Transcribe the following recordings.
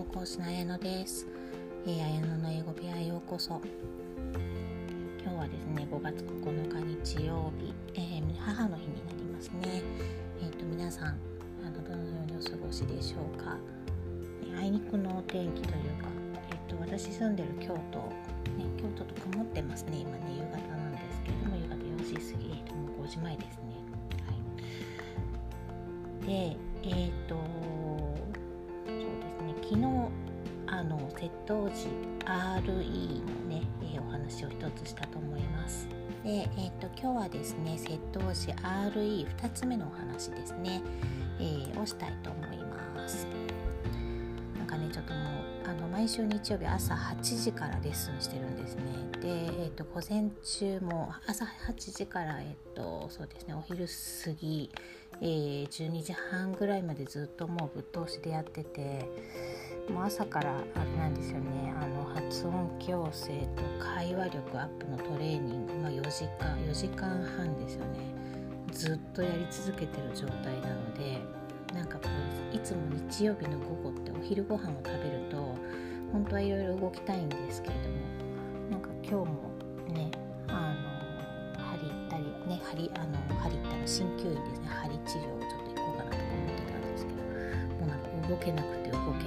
語講師の綾乃です。綾乃の英語部屋へようこそ。今日はですね、5月9日日曜日、母の日になりますね。皆さんどのようにお過ごしでしょうか。あいにくのお天気というか、私住んでる京都と曇ってますね。今ね、夕方なんですけれども、夕方4時過ぎ、もう5時前ですね。で、そうですね、昨日窃盗時 RE のね、お話を一つしたと思います。で、今日はですね、窃盗時 RE2 つ目のお話ですね、をしたいと思います。なんかね、ちょっともう毎週日曜日朝8時からレッスンしてるんですね。で、午前中も朝8時から、そうですね、お昼過ぎ、12時半ぐらいまでずっともうぶっ通しでやってて、もう朝からあれなんですよね、発音矯正と会話力アップのトレーニング、4時間半ですよね。ずっとやり続けてる状態なので、なんかこういつも日曜日の午後ってお昼ご飯を食べると本当はいろいろ動きたいんですけれども、なんか今日もね、針行ったりね、針行ったら鍼灸院ですね、針治療をちょっと行こうかなとか思ってたんですけど、もうなんか動けなくて動けないっていう、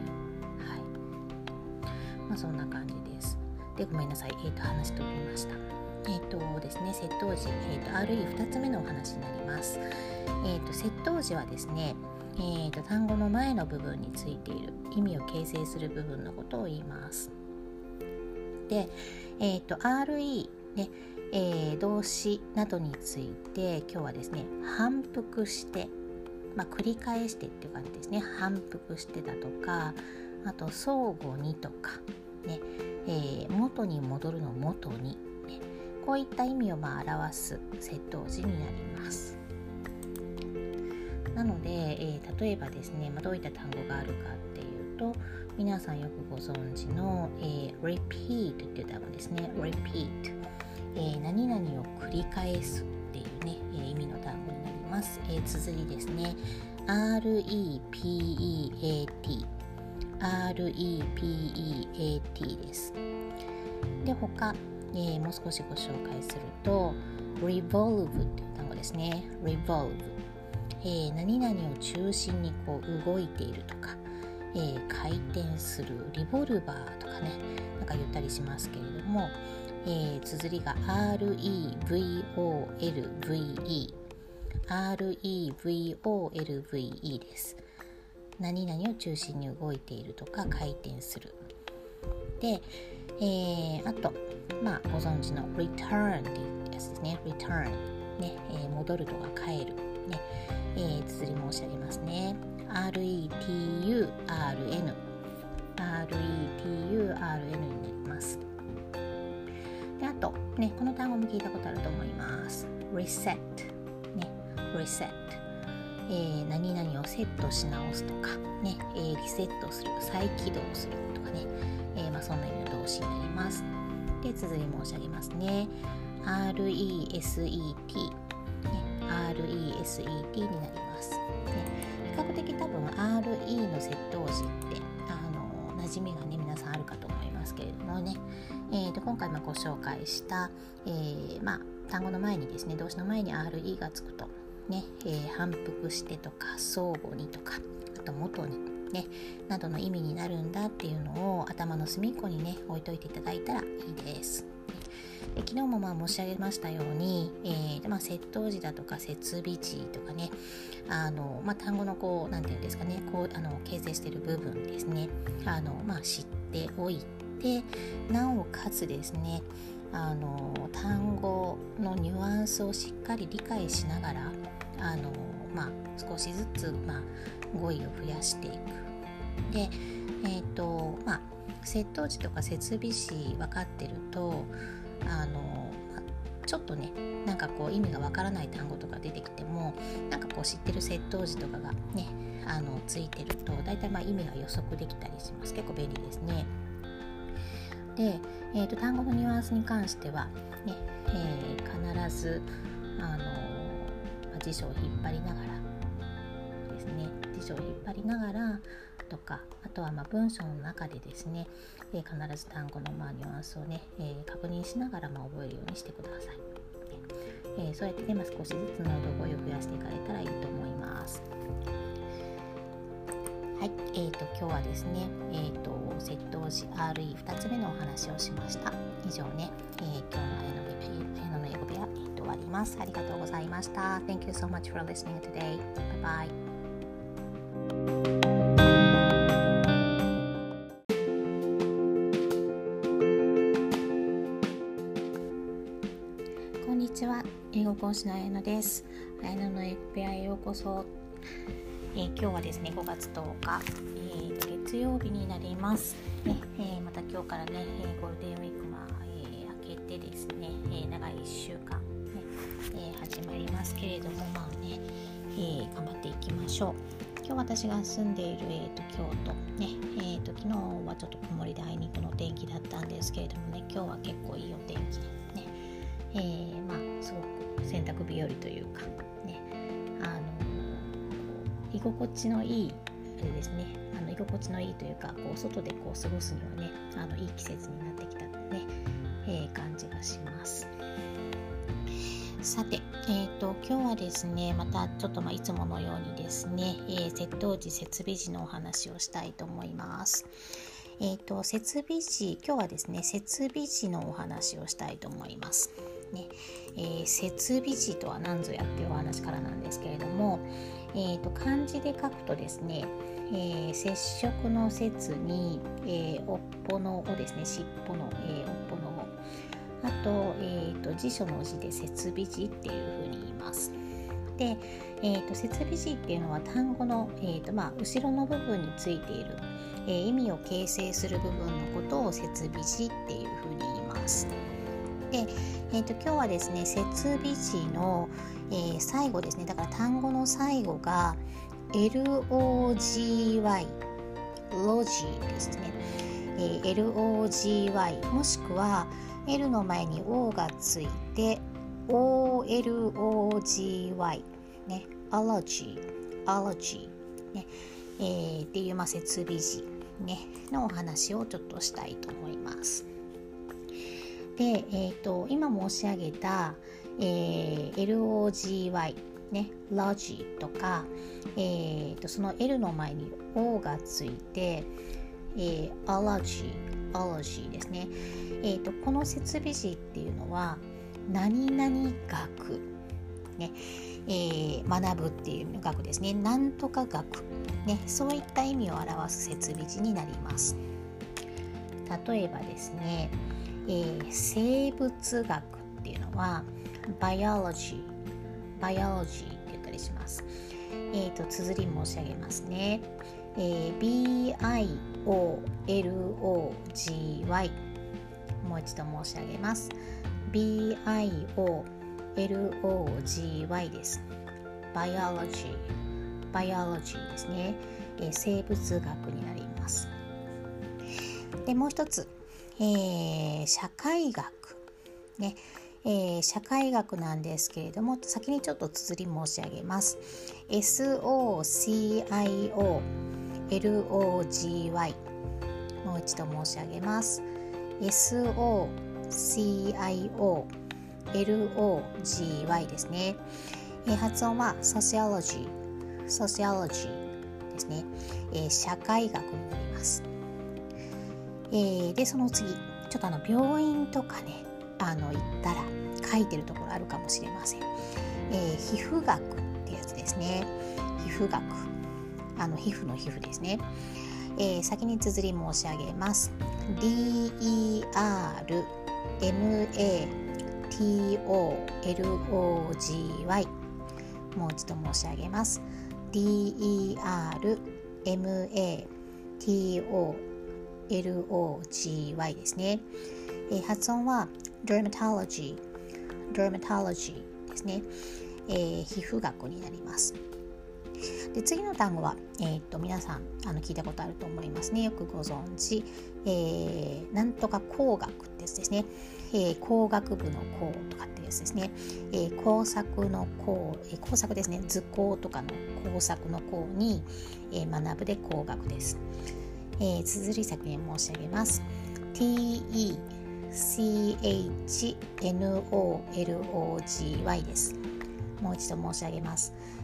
そんな感じです。で、ごめんなさい、話飛びました。ですね、窃盗時、RE2 つ目のお話になります。窃盗時はですね、単語の前の部分についている意味を形成する部分のことを言います。で、RE ね、動詞などについて今日はですね、反復して、繰り返してっていう感じですね。反復してだとか、あと相互にとかね、元に戻るの元に、ね、こういった意味を表す窃盗時になります。なので、例えばですね、どういった単語があるかっていうと、皆さんよくご存知の、repeat っていう単語ですね。repeat、何々を繰り返すっていうね、意味の単語になります。綴りですね。REPEAT です。で、他、もう少しご紹介すると revolve っていう単語ですね。revolve、何々を中心にこう動いているとか、回転する、リボルバーとかね、なんか言ったりしますけれども、綴りが REVOLVE です。何々を中心に動いているとか回転する。で、あと、ご存知の return っていうやつですね。return、ね、戻るとか帰る、ね、綴り申し上げますね。RETURN になります。で、あと、ね、この単語も聞いたことあると思います。reset、ね、reset、何々をセットし直すとか、ね、リセットする、再起動するとかね、そんな意味の動詞になります。で、綴り申し上げますね。RESET、RESET になります。比較的多分 RE の窃盗時って馴染みがね、皆さんあるかと思いますけれどもね、今回ご紹介した、単語の前にですね、動詞の前に RE がつくとね、反復してとか相互にとか、あと元にねなどの意味になるんだっていうのを頭の隅っこにね置いといていただいたらいいです。で、昨日も申し上げましたように、窃盗時だとか設備時とかね、単語のこうなんていうんですかね、こう形成している部分ですね、知っておいて、なおかつですね、単語のニュアンスをしっかり理解しながら少しずつ、語彙を増やしていく。で、窃盗時とか設備時分かってると、ちょっとね、なんかこう意味が分からない単語とか出てきても、なんかこう知ってる窃盗時とかがねついてると、だいたい意味が予測できたりします。結構便利ですね。で、単語のニュアンスに関してはね、必ず辞書を引っ張りながらですね、辞書を引っ張りながらとか、あとは文章の中でですね、必ず単語のニュアンスをね、確認しながら覚えるようにしてください。そうやってね、少しずつ脳動語彙を増やしていかれたらいいと思います。はい、今日はですね、窃盗時 RE2 つ目のお話をしました。以上ね、今日の綾乃の英語部屋、終わります。ありがとうございました。Thank you so much for listening today. Bye bye. こんにちは、英語講師の綾乃です。綾乃の英語部屋へようこそ。今日はですね、5月10日、月曜日になります、ね。また今日からね、ゴールデンウィーク明けてですね、長い1週間、ね、始まりますけれども、頑張っていきましょう。今日私が住んでいる、京都、ね、昨日はちょっと曇りであいにくの天気だったんですけれどもね、今日は結構いいお天気で、ね、すごく洗濯日和というか、ね、居心地のいいあれですね、居心地のいいというか、外で過ごすにはね、いい季節になってきたね、感じがします。さて、今日はですね、またちょっといつものようにですね、窃盗時設備時のお話をしたいと思います。設備時、今日はですね、設備時のお話をしたいと思います。ね、設備時とは何ぞやっていうお話からなんですけれども、漢字で書くとですね、接触の節に、尾っぽの尾ですね、尻尾の、尾っぽの尾、あと、辞書の字で設備字っていうふうに言います。で、設備字っていうのは単語の、後ろの部分についている、意味を形成する部分のことを設備字っていうふうに言います。で、今日はですね、設備字の、最後ですね、だから単語の最後が LOGY ロジーですね、LOGY もしくは L の前に O がついて OLOGY ね、allergy ね、っていう設備時ねのお話をちょっとしたいと思います。で、今申し上げた、LOGY ね、logy とか、その L の前に O がついて、allergy ですね。この設備時っていうのは何々学、ね、学ぶっていう学ですね。なんとか学、ね、そういった意味を表す設備時になります。例えばですね、生物学っていうのはbiology って言ったりします。綴り申し上げますね。BIOLOGY もう一度申し上げます。BIOLOGY です。biology ですね。生物学になります。で、もう一つ、社会学ね、社会学なんですけれども、先にちょっと綴り申し上げます。SOCIOLOGY もう一度申し上げます。SOCIOLOGY ですね。発音はソシオロジーですね。社会学になります。で、その次、ちょっと病院とかね、行ったら書いてるところあるかもしれません。皮膚学ってやつですね。皮膚学、皮膚の皮膚ですね。先に綴り申し上げます。DERMATOLOGY もう一度申し上げます。DERMATOLOGY ですね。発音は dermatology ですね。皮膚学になります。 で次の単語は、皆さん聞いたことあると思いますね。よくご存知、なんとか工学ってやつですね。工学部の工とかってやつですね。工作の工、工作ですね。図工とかの工作の工に、学ぶで工学です。綴り先に申し上げます。TECHNOLOGY です。もう一度申し上げます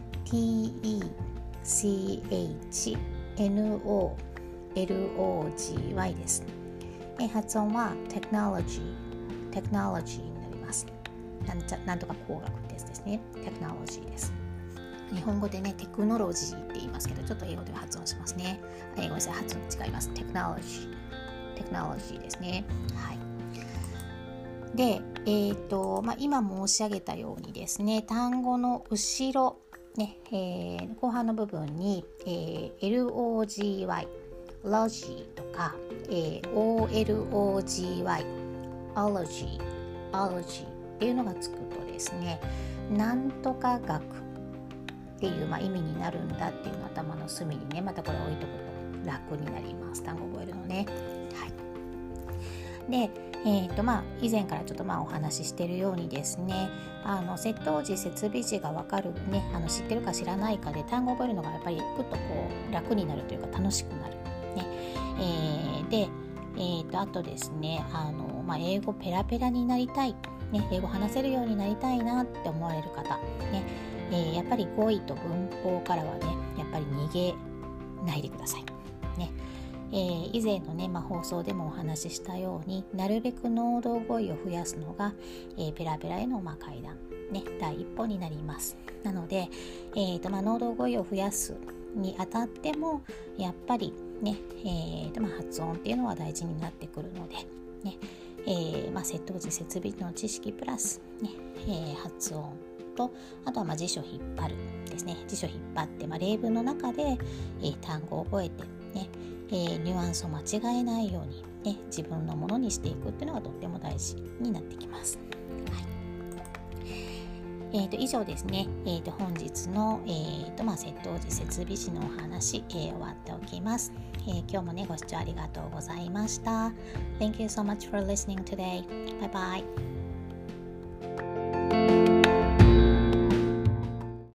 。TECHNOLOGY です。発音はテクノロジーになります。なんとか工学ってやつですね。テクノロジーです。日本語でね、テクノロジーって言いますけど、ちょっと英語では発音しますね。ごめんなさい、発音違います。テクノロジーですね。はい。で、今申し上げたようにですね、単語の後ろ、ね後半の部分に、LOGY、ロジーとか、OLOGY、オロジーっていうのがつくとですね、なんとか学っていう、意味になるんだっていうのを頭の隅にね、またこれ置いとくと楽になります。単語覚えるのね。はい。で、以前からちょっとお話ししているようにですね、接頭時接尾時が分かるね、知ってるか知らないかで単語を覚えるのがやっぱりぐっとこう楽になるというか楽しくなるね。で、あとですね、英語ペラペラになりたい、ね、英語話せるようになりたいなって思われる方ね、やっぱり語彙と文法からはね、やっぱり逃げないでくださいね。以前のね、放送でもお話ししたように、なるべく能動語彙を増やすのが、ペラペラへの階段、ね、第一歩になります。なので、能動語彙を増やすにあたってもやっぱりね、発音っていうのは大事になってくるので、ね接頭時接尾時の知識プラス、ね発音と、あとは辞書引っ張るですね。辞書引っ張って、例文の中で、単語を覚えてね、ニュアンスを間違えないように、ね、自分のものにしていくっていうのがとっても大事になってきます。はい。以上ですね。本日の、接頭時接尾時のお話、終わっておきます。今日もね、ご視聴ありがとうございました。Thank you so much for listening today. Bye bye.